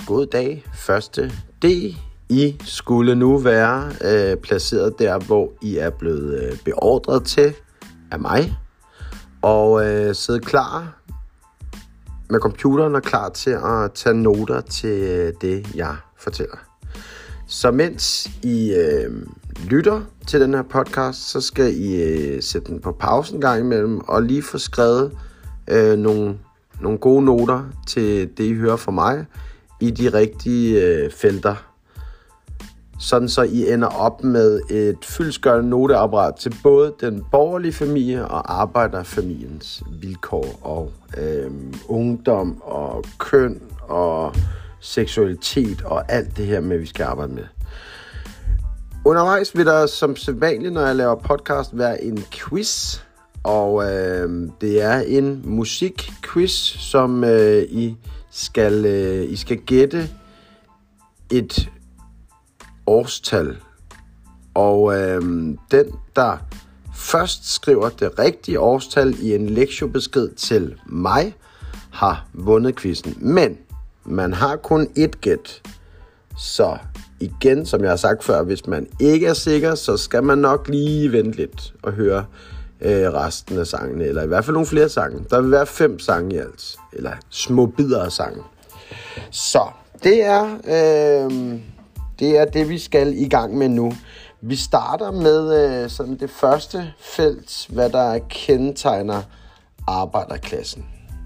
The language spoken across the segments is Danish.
god dag. Første D. I skulle nu være placeret der, hvor I er blevet beordret til af mig. Og sidde klar med computeren og klar til at tage noter til det, jeg fortæller. Så mens I lytter til den her podcast, så skal I sætte den på pause en gang imellem og lige få skrevet nogle gode noter til det, I hører fra mig i de rigtige felter. Sådan så I ender op med et fyldestgørende noteapparat til både den borgerlige familie og arbejderfamiliens vilkår og ungdom og køn og seksualitet og alt det her med, vi skal arbejde med. Undervejs vil der som sædvanligt, når jeg laver podcast, være en quiz. Og det er en musikquiz, som I skal gætte et årstal. Og den, der først skriver det rigtige årstal i en lektiebesked til mig, har vundet quizzen. Men man har kun ét gæt. Så igen, som jeg har sagt før, hvis man ikke er sikker, så skal man nok lige vente lidt og høre resten af sangene, eller i hvert fald nogle flere sange. Der vil være 5 sange i alt, eller små bidder af sange. Så det er det, vi skal i gang med nu. Vi starter med sådan det første felt, hvad der kendetegner arbejderklassen.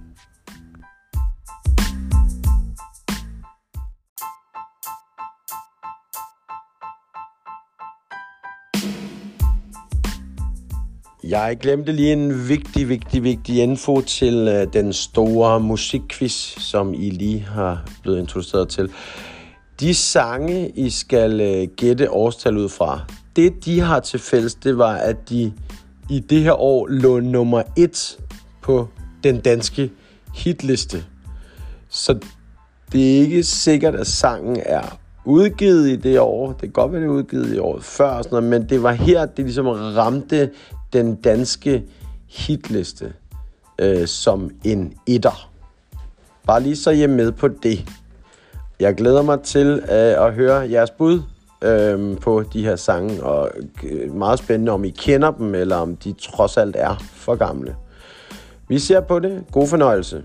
Jeg glemte lige en vigtig info til den store musikquiz, som I lige har blevet introduceret til. De sange, I skal gætte årstal ud fra, det de har til fælles, det var, at de i det her år lå nummer 1 på den danske hitliste. Så det er ikke sikkert, at sangen er udgivet i det år. Det kan godt være, det er udgivet i året før, og sådan noget, men det var her, det ligesom ramte den danske hitliste som en etter. Bare lige så I er med på det. Jeg glæder mig til at høre jeres bud på de her sange, og meget spændende, om I kender dem, eller om de trods alt er for gamle. Vi ser på det. God fornøjelse.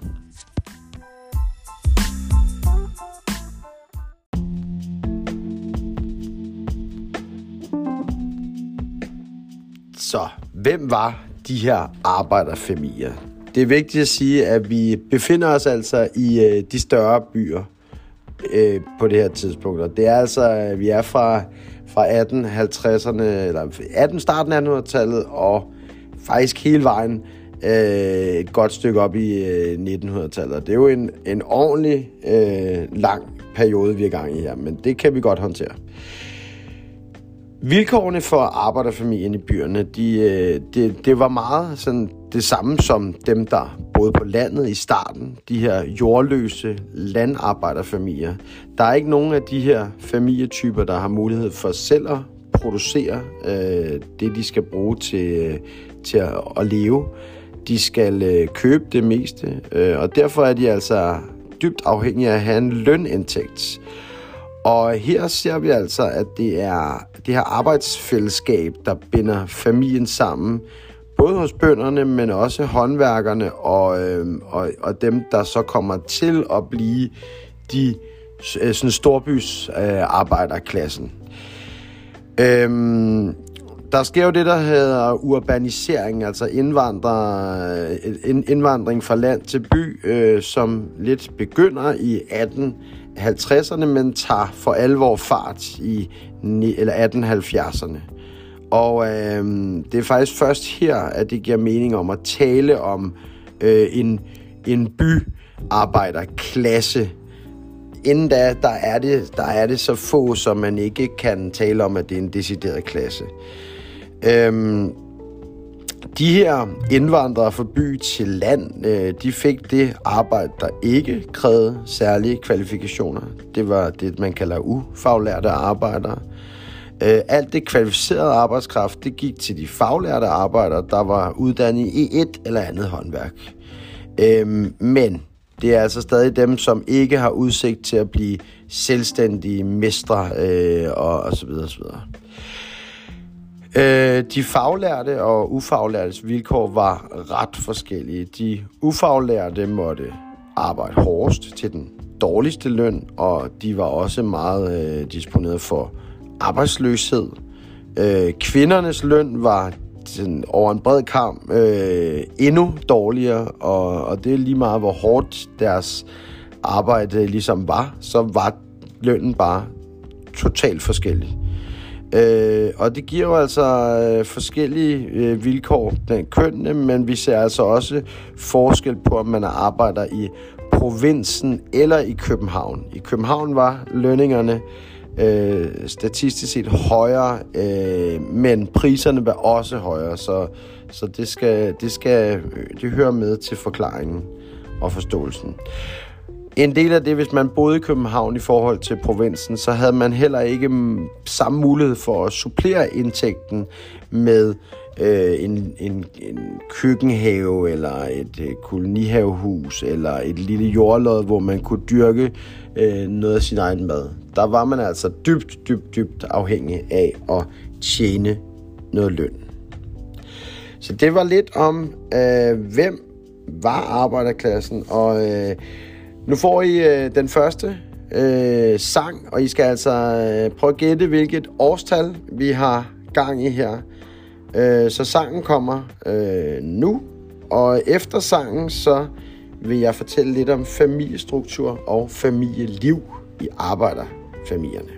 Så, hvem var de her arbejderfamilier? Det er vigtigt at sige, at vi befinder os altså i de større byer på det her tidspunkt. Og det er altså, vi er fra 1850'erne, eller starten af 1800-tallet, og faktisk hele vejen et godt stykke op i 1900-tallet. Det er jo en ordentlig lang periode, vi er i gang i her, men det kan vi godt håndtere. Vilkårene for arbejderfamilien i byerne, det var meget sådan det samme som dem, der boede på landet i starten. De her jordløse landarbejderfamilier. Der er ikke nogen af de her familietyper, der har mulighed for selv at producere det, de skal bruge til at leve. De skal købe det meste, og derfor er de altså dybt afhængige af at have en lønindtægt. Og her ser vi altså, at det er det her arbejdsfællesskab, der binder familien sammen, både hos bønderne, men også håndværkerne og dem, der så kommer til at blive de sådan storbys arbejderklassen. Der sker jo det, der hedder urbanisering, altså indvandring fra land til by, som lidt begynder i 1850'erne, men tager for alvor fart i 1870'erne. Og det er faktisk først her, at det giver mening om at tale om en byarbejderklasse. Inden da, der er det så få, som man ikke kan tale om, at det er en decideret klasse. De her indvandrere fra by til land, de fik det arbejde, der ikke krævede særlige kvalifikationer. Det var det, man kalder ufaglærte arbejdere. Alt det kvalificerede arbejdskraft, det gik til de faglærte arbejdere, der var uddannet i et eller andet håndværk. Men det er altså stadig dem, som ikke har udsigt til at blive selvstændige mestre og så videre, så videre. De faglærte og ufaglærtes vilkår var ret forskellige. De ufaglærte måtte arbejde hårdest til den dårligste løn, og de var også meget disponeret for arbejdsløshed. Kvindernes løn var over en bred kam endnu dårligere, og det er lige meget, hvor hårdt deres arbejde ligesom var, så var lønnen bare totalt forskellig. Og det giver jo altså forskellige vilkår blandt kønnene, men vi ser altså også forskel på, om man arbejder i provinsen eller i København. I København var lønningerne statistisk set højere, men priserne var også højere, så det hører med til forklaringen og forståelsen. En del af det, hvis man boede i København i forhold til provinsen, så havde man heller ikke samme mulighed for at supplere indtægten med en køkkenhave eller et kolonihavehus eller et lille jordlod, hvor man kunne dyrke noget af sin egen mad. Der var man altså dybt afhængig af at tjene noget løn. Så det var lidt om, hvem var arbejderklassen, og nu får I den første sang, og I skal altså prøve at gætte, hvilket årstal vi har gang i her. Så sangen kommer nu, og efter sangen, så vil jeg fortælle lidt om familiestruktur og familieliv i arbejderfamilierne.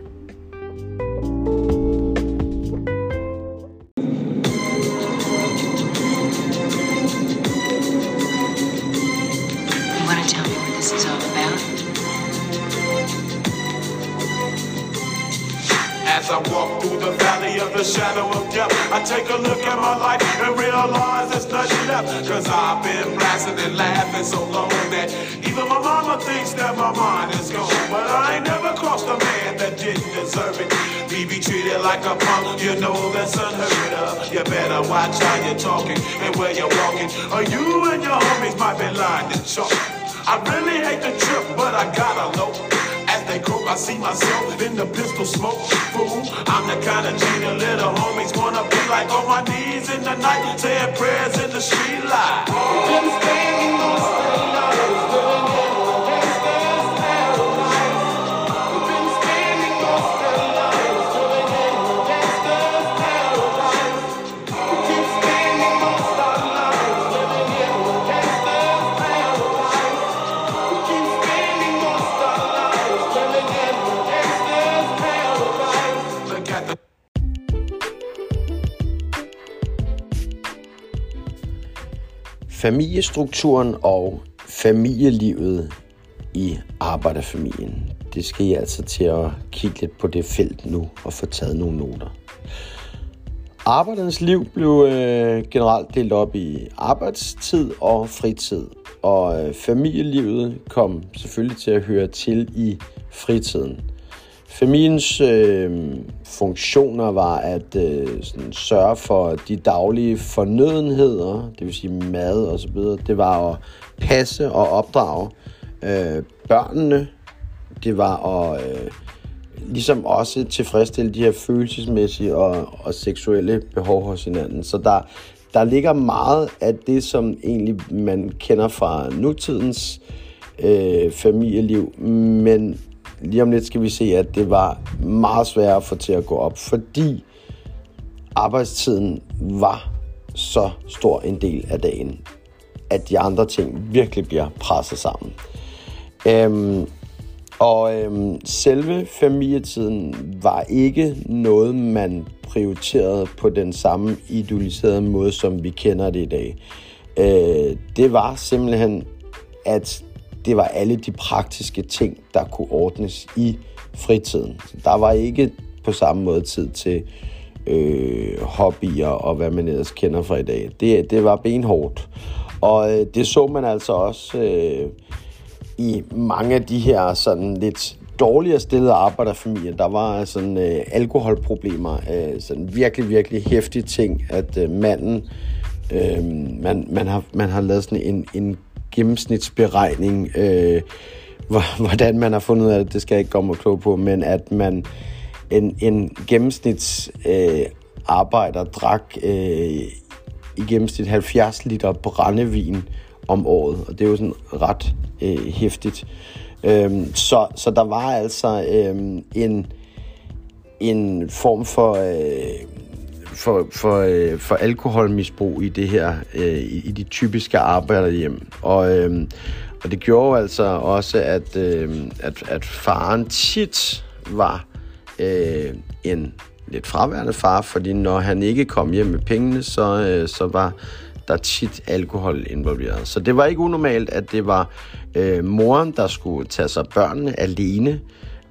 As I walk through the valley of the shadow of death, I take a look at my life and realize there's nothing left. Cause I've been blasting and laughing so long that even my mama thinks that my mind is gone. But I ain't never crossed a man that didn't deserve it. Be treated like a punk, you know that's unheard of. You better watch how you're talking and where you're walking, or you and your homies might be lying to chalk. I really hate the trip, but I gotta know. As they croak, I see myself in the pistol smoke. Fool, I'm the kind of G the little homies wanna be like, on my knees in the night, saying prayers in the street light. Been standing on stellaries, living in a gangster's paradise. Been standing on stellaries, living in a gangster's paradise. Keep standing on stellaries, living in a gangster's paradise. Keep standing on stellaries, living in a gangster's paradise. Look at the Familiestrukturen og familielivet i arbejderfamilien. Det skal I altså til at kigge lidt på det felt nu og få taget nogle noter. Arbejdernes liv blev generelt delt op i arbejdstid og fritid, og familielivet kom selvfølgelig til at høre til i fritiden. Familiens funktioner var at sørge for de daglige fornødenheder, det vil sige mad og så videre. Det var at passe og opdrage børnene. Det var at ligesom også tilfredsstille de her følelsesmæssige og seksuelle behov hos hinanden. Så der ligger meget af det, som egentlig man kender fra nutidens familieliv, men lige om lidt skal vi se, at det var meget svært at få til at gå op, fordi arbejdstiden var så stor en del af dagen, at de andre ting virkelig bliver presset sammen. Selve familietiden var ikke noget, man prioriterede på den samme idealiserede måde, som vi kender det i dag. Det var simpelthen, at det var alle de praktiske ting, der kunne ordnes i fritiden. Der var ikke på samme måde tid til hobbyer og hvad man ellers kender fra i dag. Det var benhårdt. Og det så man altså også i mange af de her sådan lidt dårligere stillede arbejderfamilier. Der var sådan alkoholproblemer, sådan virkelig hæftige ting, at manden man har lavet sådan en gennemsnitsberegning. Hvordan man har fundet ud af det skal jeg ikke komme og klog på, men at man en gennemsnits arbejder drak i gennemsnit 70 liter brændevin om året, og det er jo sådan ret hæftigt. Så der var altså en form for alkoholmisbrug i det her, i de typiske arbejderhjem. Og det gjorde altså også, at faren tit var en lidt fraværende far, fordi når han ikke kom hjem med pengene, så var der tit alkohol involveret. Så det var ikke unormalt, at det var moren, der skulle tage sig børnene alene.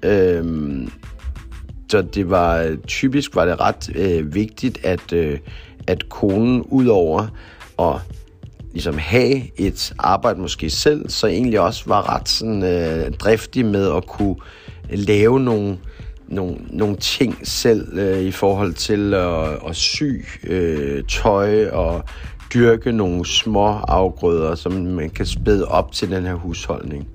Så det var typisk var det ret vigtigt, at konen udover at ligesom have et arbejde måske selv, så egentlig også var ret sådan, driftig med at kunne lave nogle ting selv i forhold til at sy tøj og dyrke nogle små afgrøder, som man kan spæde op til den her husholdning.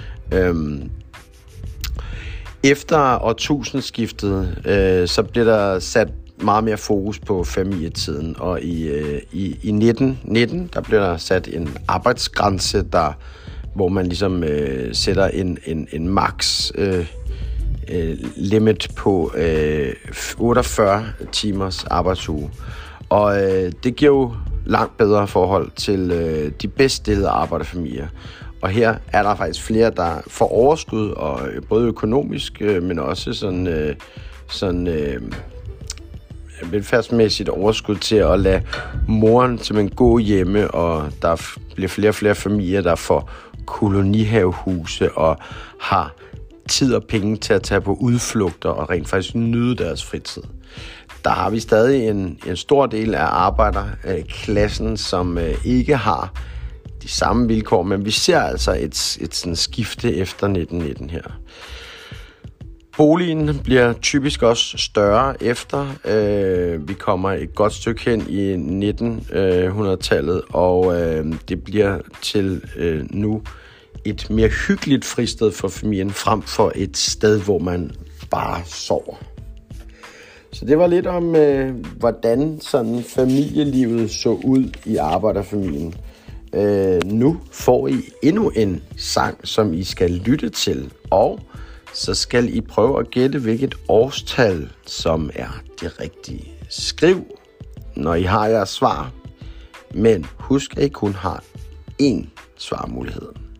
Efter årtusindskiftet, så blev der sat meget mere fokus på familietiden, og i 1919, der blev der sat en arbejdsgrænse, hvor man ligesom sætter en max limit på 48 timers arbejdsuge. Og det giver jo langt bedre forhold til de bedst stillede arbejderfamilier. Og her er der faktisk flere, der får overskud, og både økonomisk, men også sådan velfærdsmæssigt overskud til at lade moren simpelthen gå hjemme, og der bliver flere og flere familier, der får kolonihavehuse og har tid og penge til at tage på udflugter og rent faktisk nyde deres fritid. Der har vi stadig en stor del af arbejderklassen, som ikke har de samme vilkår, men vi ser altså et sådan skifte efter 1919 her. Boligen bliver typisk også større efter. Vi kommer et godt stykke hen i 1900-tallet, og det bliver til nu et mere hyggeligt fristed for familien, frem for et sted, hvor man bare sover. Så det var lidt om, hvordan sådan familielivet så ud i arbejderfamilien. Nu får I endnu en sang, som I skal lytte til, og så skal I prøve at gætte, hvilket årstal, som er det rigtige. Skriv, når I har jeres svar, men husk, at I kun har én svarmulighed.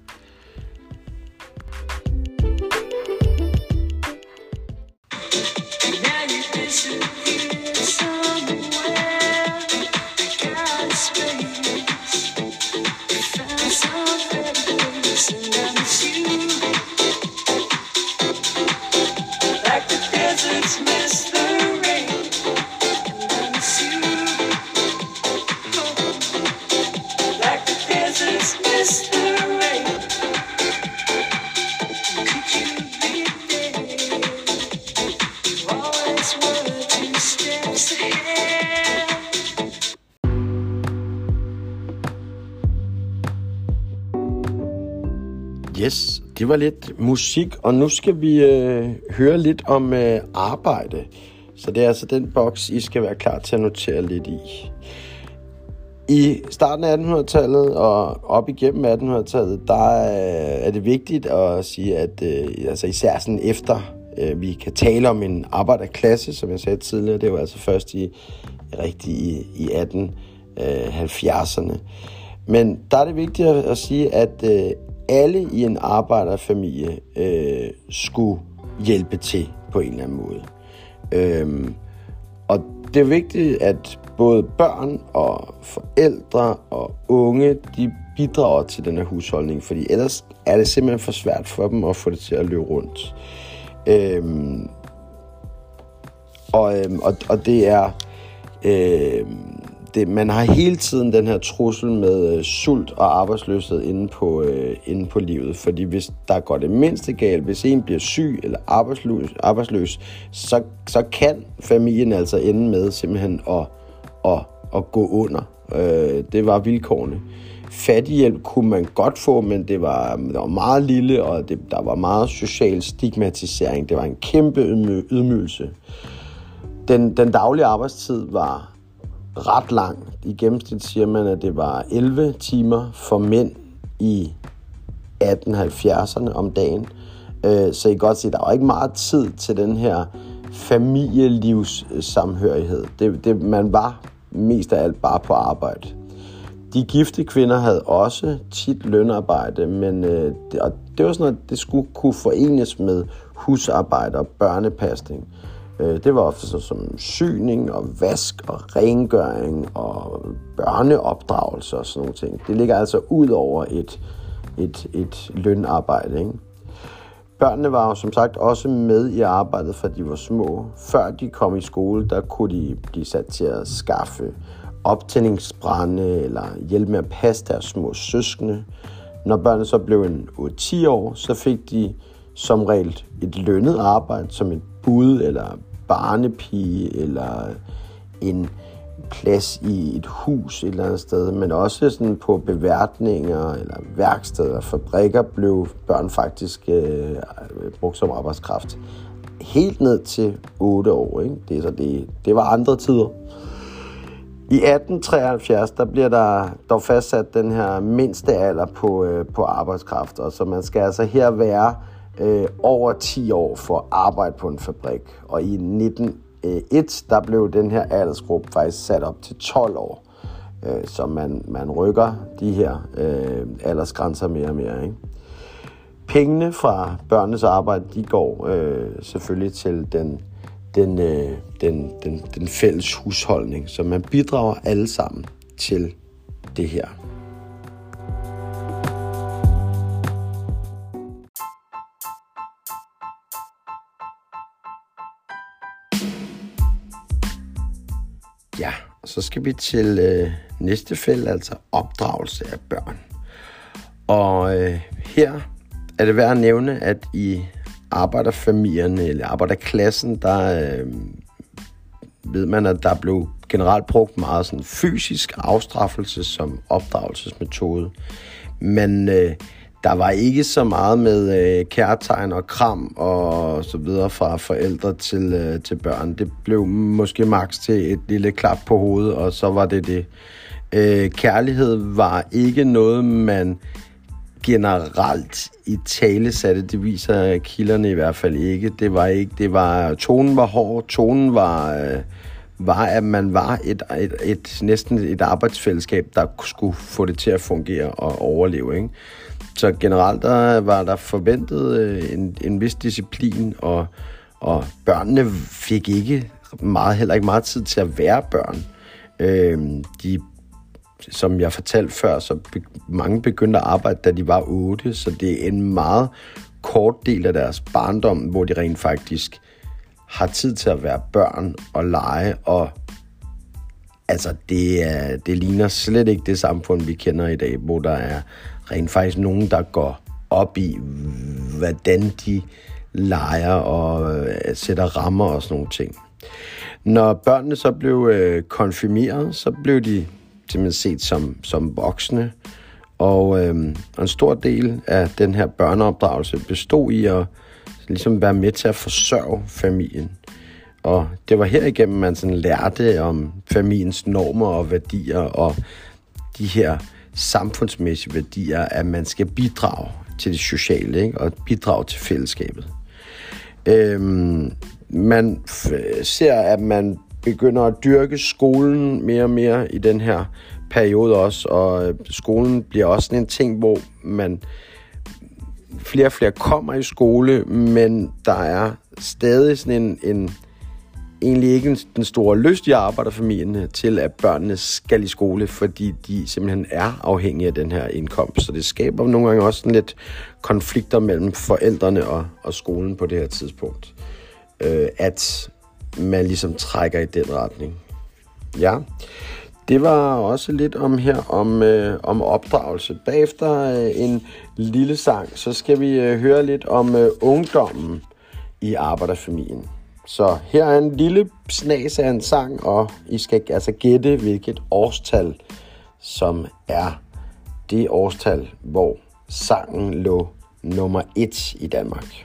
Yes, det var lidt musik, og nu skal vi høre lidt om arbejde. Så det er altså den boks, I skal være klar til at notere lidt i. I starten af 1800-tallet og op igennem 1800-tallet, der er det vigtigt at sige, at altså især sådan efter vi kan tale om en arbejderklasse, som jeg sagde tidligere, det var altså først i 1870'erne. Men der er det vigtigt at sige, at alle i en arbejderfamilie skulle hjælpe til på en eller anden måde. Og det er vigtigt, at både børn og forældre og unge, de bidrager til den her husholdning, fordi ellers er det simpelthen for svært for dem at få det til at løbe rundt. Og det er man har hele tiden den her trussel med sult og arbejdsløshed inde på livet, fordi hvis der går det mindste galt, hvis en bliver syg eller arbejdsløs, så kan familien altså ende med simpelthen at gå under. Det var vilkårene. Fattighjælp kunne man godt få, men det var meget lille, og der var meget social stigmatisering. Det var en kæmpe ydmygelse. Den daglige arbejdstid var ret lang. I gennemsnit siger man, at det var 11 timer for mænd i 1870'erne om dagen. Så I kan godt se, at der var ikke meget tid til den her familielivssamhørighed. Man var mest af alt bare på arbejde. De gifte kvinder havde også tit lønarbejde, men det var sådan noget, det skulle kunne forenes med husarbejde og børnepasning. Det var ofte som syning og vask og rengøring og børneopdragelse og sådan nogle ting. Det ligger altså ud over et lønarbejde, ikke? Børnene var jo som sagt også med i arbejdet, fra de var små. Før de kom i skole, der kunne de blive sat til at skaffe optændingsbrænde eller hjælpe med at passe deres små søskende. Når børnene så blev 8-10 år, så fik de som regel et lønnet arbejde som et bud eller barnepige eller en plads i et hus et eller andet sted, men også sådan på beværtninger eller værksteder, fabrikker blev børn faktisk brugt som arbejdskraft. Helt ned til 8 år, ikke? Det var andre tider. I 1873, der bliver der dog fastsat den her mindste alder på arbejdskraft, og så man skal altså her være over 10 år for at arbejde på en fabrik. Og i 1901, der blev den her aldersgruppe faktisk sat op til 12 år, så man rykker de her aldersgrænser mere og mere, ikke? Pengene fra børnenes arbejde, de går selvfølgelig til den fælles husholdning, så man bidrager alle sammen til det her. Ja, og så skal vi til næste felt, altså opdragelse af børn. Og her er det værd at nævne, at i arbejderfamilierne eller arbejderklassen, der ved man, at der blev generelt brugt meget sådan fysisk afstraffelse som opdragelsesmetode. Men der var ikke så meget med kærtegn og kram og så videre fra forældre til børn. Det blev måske maks til et lille klap på hovedet, og så var det. Kærlighed var ikke noget, man generelt i tale satte. Det viser kilderne i hvert fald ikke. Tonen var hård. Tonen var at man var næsten et arbejdsfællesskab, der skulle få det til at fungere og overleve, ikke? Så generelt var der forventet en vis disciplin, og børnene fik heller ikke meget tid til at være børn. Som jeg fortalte før, så mange begyndte at arbejde, da de var 8, så det er en meget kort del af deres barndom, hvor de rent faktisk har tid til at være børn og lege, og altså det ligner slet ikke det samfund, vi kender i dag, hvor der er rent faktisk nogen, der går op i, hvordan de leger og sætter rammer og sådan nogle ting. Når børnene så blev konfirmeret, så blev de simpelthen set som voksne, og en stor del af den her børneopdragelse bestod i at ligesom være med til at forsørge familien. Og det var herigennem, man sådan lærte om familiens normer og værdier, og de her samfundsmæssige værdier, at man skal bidrage til det sociale, ikke? Og bidrage til fællesskabet. Man ser, at man begynder at dyrke skolen mere og mere i den her periode også, og skolen bliver også en ting, hvor man flere og flere kommer i skole, men der er stadig sådan egentlig ikke den store lyst i arbejderfamilien til, at børnene skal i skole, fordi de simpelthen er afhængige af den her indkomst. Så det skaber nogle gange også lidt konflikter mellem forældrene og skolen på det her tidspunkt. At man ligesom trækker i den retning. Ja, det var også lidt om opdragelse. Bagefter en lille sang, så skal vi høre lidt om ungdommen i arbejderfamilien. Så her er en lille snas af en sang, og I skal altså gætte, hvilket årstal, som er det årstal, hvor sangen lå nummer 1 i Danmark.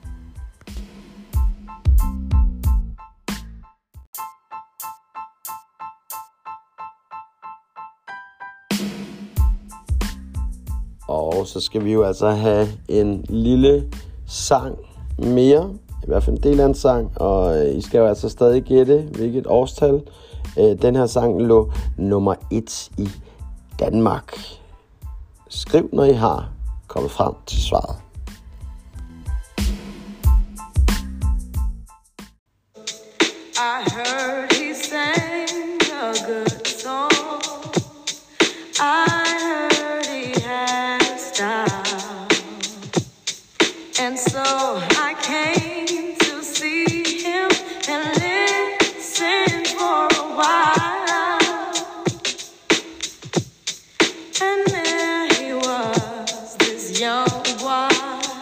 Og så skal vi jo altså have en lille sang mere, i hvert fald en del af en sang, og I skal jo altså stadig gætte, hvilket årstal. Den her sang lå nummer 1 i Danmark. Skriv, når I har kommet frem til svaret. I heard he sang a good song. I heard he had a style. And so I came to see him and listen for a while. And there he was, this young boy,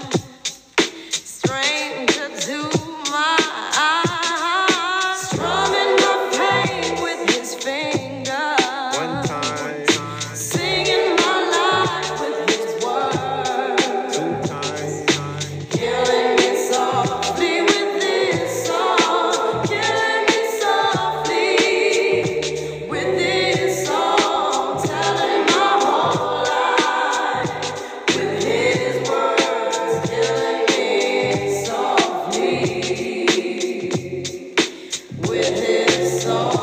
stranger to my eyes, strumming my pain with his fingers, One time, singing my life with his words, 2 times, killing me softly with this song, killing me softly with this song, telling my whole life with his words, killing me softly with his song.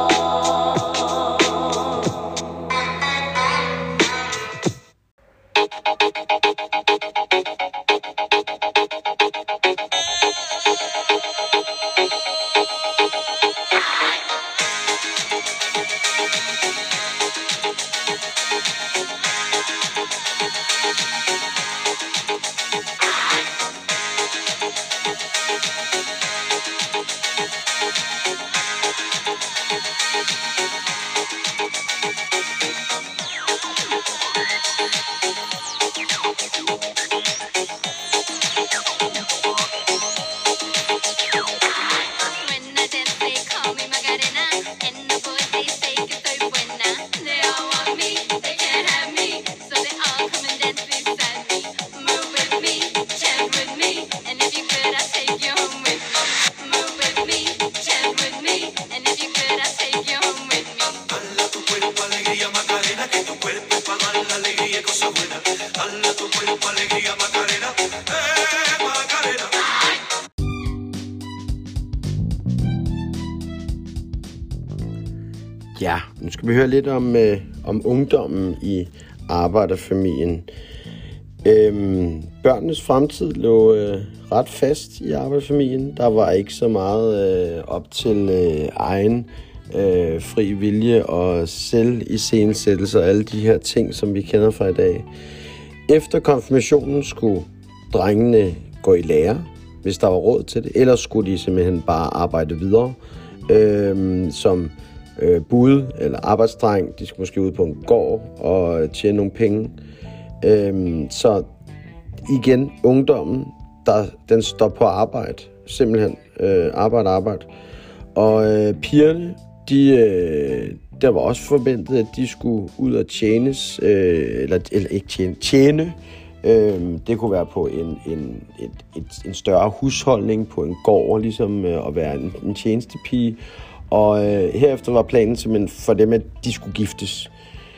When I dance, they call me Macarena, and the boys they say que soy buena. They all want me, they can't have me, so they all come and dance beside me. Move with me, chant with me, and if you could, I'll take you home with me. Move with me, chant with me, and if you could, I'll take you home with me. Hala tu cuerpo, alegría, Macarena, que tu cuerpo es para dar la alegría y cosas buenas. Hala tu cuerpo, alegría, Macarena, Macarena. Ja, nu skal vi høre lidt om ungdommen i arbejderfamilien. Børnenes fremtid lå ret fast i arbejderfamilien. Der var ikke så meget op til egen fri vilje og selviscenesættelse og alle de her ting, som vi kender fra i dag. Efter konfirmationen skulle drengene gå i lære, hvis der var råd til det, ellers skulle de simpelthen bare arbejde videre som bud eller arbejdsdreng. De skulle måske ud på en gård og tjene nogle penge. Så igen, ungdommen, den står på arbejde, simpelthen arbejde. Og pigerne, der var også forventet, at de skulle ud og tjenes, eller ikke tjene. Det kunne være på en større husholdning, på en gård, ligesom at være en tjenestepige. Og herefter var planen simpelthen for dem, at de skulle giftes.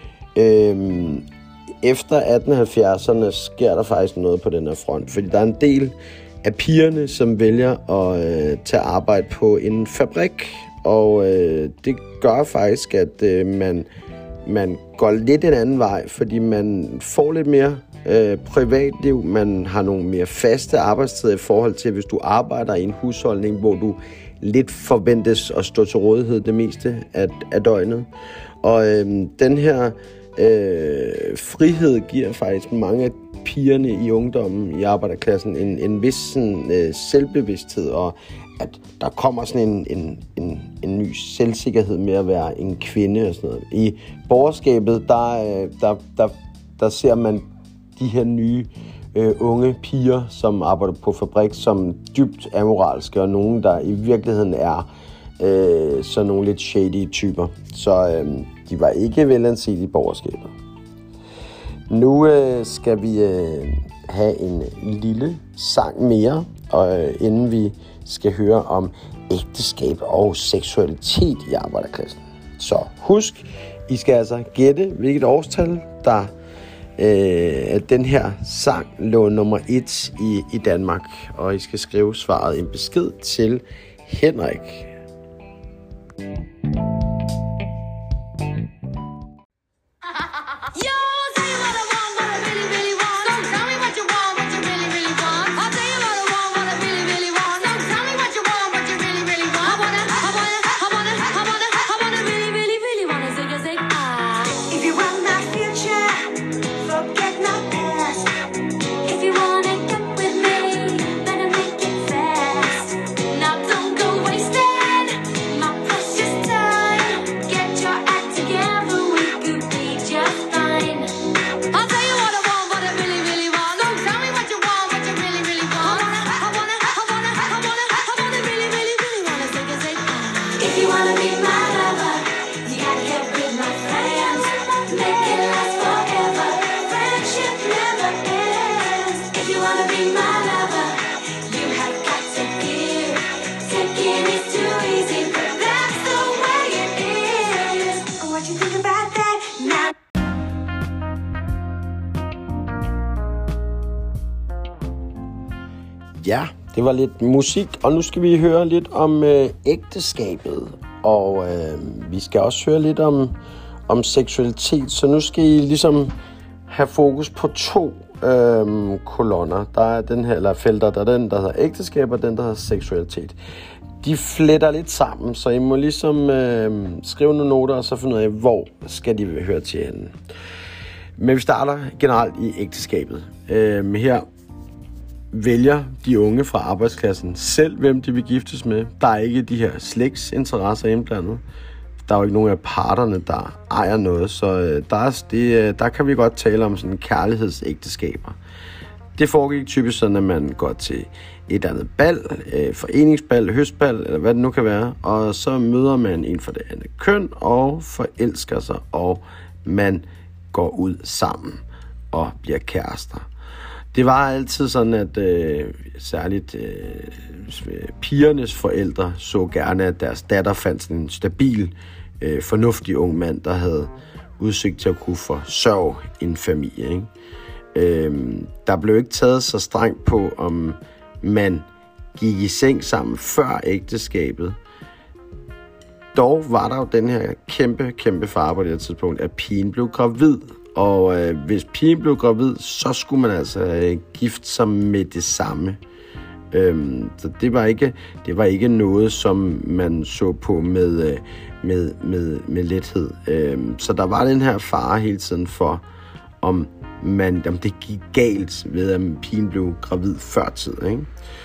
Efter 1870'erne sker der faktisk noget på den her front, fordi der er en del af pigerne, som vælger at tage arbejde på en fabrik, og det gør faktisk, at man går lidt en anden vej, fordi man får lidt mere privatliv, man har nogle mere faste arbejdstider i forhold til, hvis du arbejder i en husholdning, hvor du lidt forventes at stå til rådighed det meste af døgnet. Og den her frihed giver faktisk mange af pigerne i ungdommen, i arbejderklassen, en vis sådan, selvbevidsthed, og at der kommer sådan en ny selvsikkerhed med at være en kvinde og sådan noget. I borgerskabet, der ser man de her nye unge piger, som arbejder på fabrik, som dybt amoralske, og nogen, der i virkeligheden er sådan nogle lidt shady typer. Så de var ikke velanset i borgerskabet. Nu skal vi have en lille sang mere, og inden vi skal høre om ægteskab og seksualitet i arbejderklassen. Så husk, I skal altså gætte, hvilket årstal, der den her sang lå nummer 1 i Danmark. Og I skal skrive svaret i en besked til Henrik. Ja, det var lidt musik, og nu skal vi høre lidt om ægteskabet, og vi skal også høre lidt om seksualitet, så nu skal I ligesom have fokus på 2 kolonner. Der er den her, eller felter, der er den, der hedder ægteskab, og den, der hedder seksualitet. De fletter lidt sammen, så I må ligesom skrive nogle noter, og så finde ud af, hvor skal de høre til henne. Men vi starter generelt i ægteskabet. Her vælger de unge fra arbejdsklassen selv, hvem de vil giftes med. Der er ikke de her slægtsinteresser indblandet. Der er jo ikke nogen af parterne, der ejer noget, så der kan vi godt tale om sådan kærlighedsægteskaber. Det foregik typisk sådan, at man går til et andet bal, foreningsbal, høstbal, eller hvad det nu kan være, og så møder man en fra det andet køn og forelsker sig, og man går ud sammen og bliver kærester. Det var altid sådan, at særligt pigernes forældre så gerne, at deres datter fandt sådan en stabil, fornuftig ung mand, der havde udsigt til at kunne forsørge en familie. Ikke? Der blev ikke taget så strengt på, om man gik i seng sammen før ægteskabet. Dog var der jo den her kæmpe fare på det her tidspunkt, at pigen blev gravid. Og hvis pigen blev gravid, så skulle man altså gifte sig med det samme. Så det var ikke noget, som man så på med lethed. Så der var den her fare hele tiden for, om det gik galt ved, at pigen blev gravid før tid, ikke?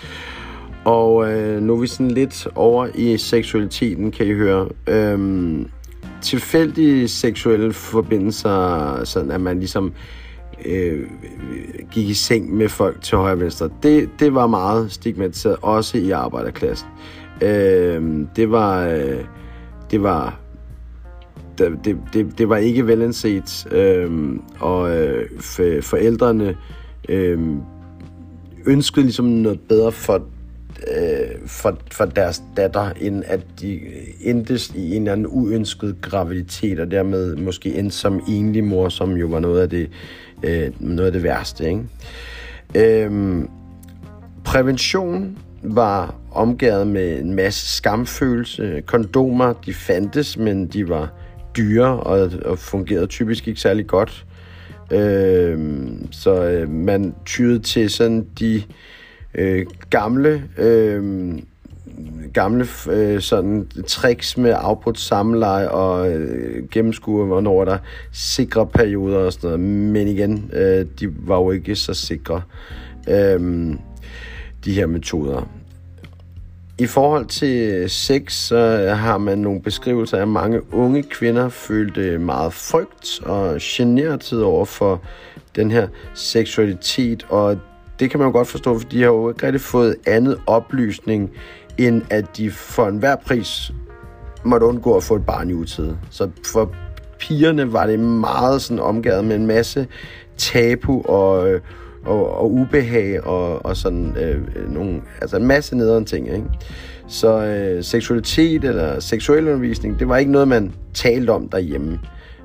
Og nu er vi sådan lidt over i seksualiteten, kan I høre. Tilfældige seksuelle forbindelser, sådan at man ligesom gik i seng med folk til højre og venstre, det var meget stigmatiseret, også i arbejderklassen. Det var ikke velanset, og forældrene ønskede ligesom noget bedre for deres datter, end at de endtes i en eller anden uønsket graviditet, og dermed måske endte som enlig mor, som jo var noget af det værste, ikke? Prævention var omgærdet med en masse skamfølelse. Kondomer, de fandtes, men de var dyre og fungerede typisk ikke særlig godt. Så man tyrede til sådan de gamle sådan tricks med afbrudt samleje og gennemskue, hvornår der sikre perioder og sådan noget. Men igen, de var jo ikke så sikre, de her metoder. I forhold til sex, så har man nogle beskrivelser af, at mange unge kvinder følte meget frygt og generthed over for den her seksualitet, og det kan man jo godt forstå, for de har jo ikke rigtig fået andet oplysning, end at de for enhver pris måtte undgå at få et barn i utide. Så for pigerne var det meget sådan omgået med en masse tabu og ubehag og sådan altså en masse nederen ting, ikke? Så seksualitet eller seksuel undervisning, det var ikke noget, man talte om derhjemme.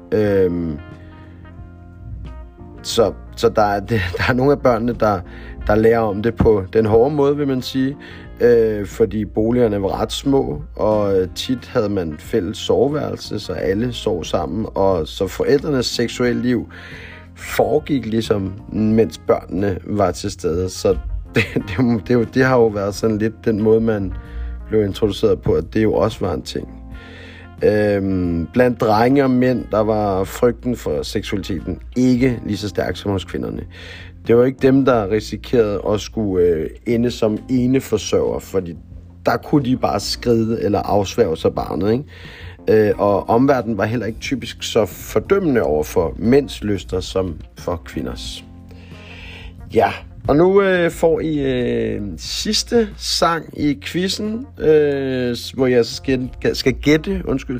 Så der er nogle af børnene, der lærer om det på den hårde måde, vil man sige, fordi boligerne var ret små, og tit havde man fælles soveværelse, så alle sov sammen, og så forældrenes seksuelle liv foregik ligesom, mens børnene var til stede. Så det har jo været sådan lidt den måde, man blev introduceret på, at det jo også var en ting. Blandt drenge og mænd, der var frygten for seksualiteten ikke lige så stærk som hos kvinderne. Det var ikke dem, der risikerede at skulle ende som eneforsørger, fordi der kunne de bare skride eller afsværge sig barnet, ikke? Og omverdenen var heller ikke typisk så fordømmende over for mænds lyster som for kvinders. Ja, og nu får I sidste sang i quizzen, hvor jeg skal gætte,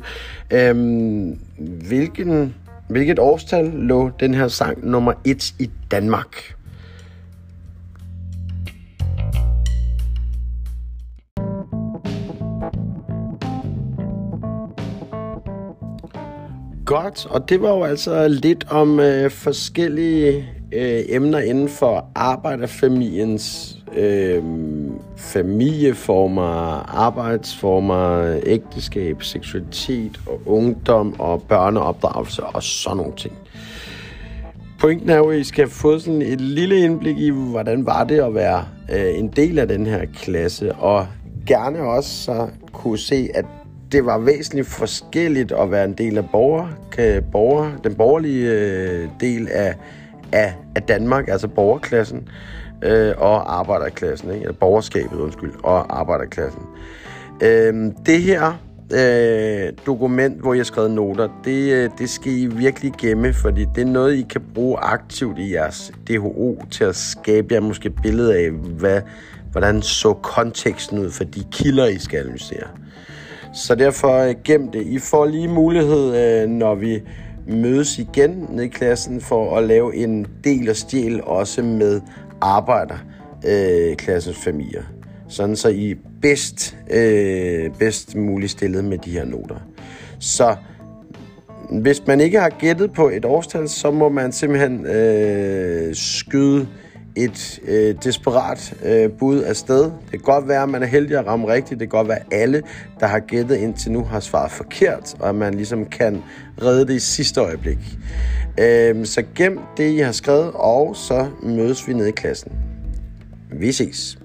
hvilket årstal lå den her sang nummer 1 i Danmark. Godt, og det var jo altså lidt om forskellige emner inden for arbejderfamiliens familieformer, arbejdsformer, ægteskab, seksualitet og ungdom og børneopdragelse og sådan nogle ting. Pointen er jo, at I skal få sådan et lille indblik i, hvordan var det at være en del af den her klasse, og gerne også så kunne se, at det var væsentligt forskelligt at være en del af den borgerlige del af Danmark, altså borgerklassen og arbejderklassen, ikke? Eller borgerskabet, og arbejderklassen. Det her dokument, hvor jeg har skrevet noter, det skal I virkelig gemme, fordi det er noget, I kan bruge aktivt i jeres DHO til at skabe jer måske et billede af, hvordan så konteksten ud for de kilder, I skal analysere. Så derfor gem det. I får lige mulighed, når vi mødes igen nede i klassen, for at lave en del og stjæl også med arbejderklassens familier. Sådan så I bedst muligt stillet med de her noter. Så hvis man ikke har gættet på et årstal, så må man simpelthen skyde et desperat bud afsted. Det kan godt være, at man er heldig at ramme rigtigt. Det kan godt være, at alle, der har gættet indtil nu, har svaret forkert, og at man ligesom kan redde det i sidste øjeblik. Så gem det, I har skrevet, og så mødes vi nede i klassen. Vi ses.